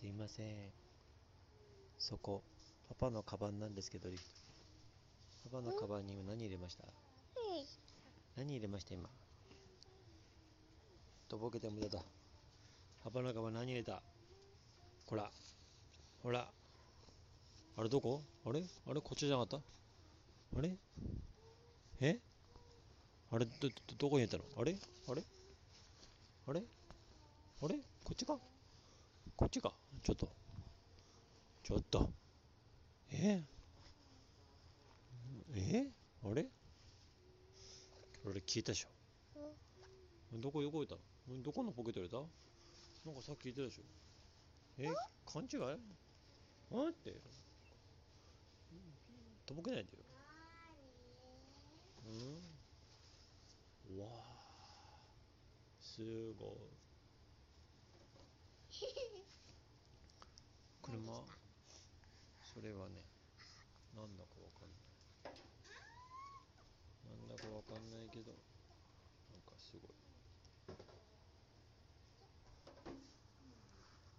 すいません。そこ、パパのカバンなんですけど、パパのカバンに今何入れました？何入れました今？とぼけて無駄だ。パパのカバン何入れた？ほら、ほら。あれどこ？あれこっちじゃなかった？あれえあれどこに入れたの？あれあれあれあれこっちか？こっちか？ちょっと。ちょっと。ええあれあれ消えたでしょ。どこ行ったの？どこのポケット入れた？なんかさっき言ってたでしょ。勘違い？待って。とぼけないでよ。わあ、すごい。車、それはね、なんだかわかんない。なんだかわかんないけど、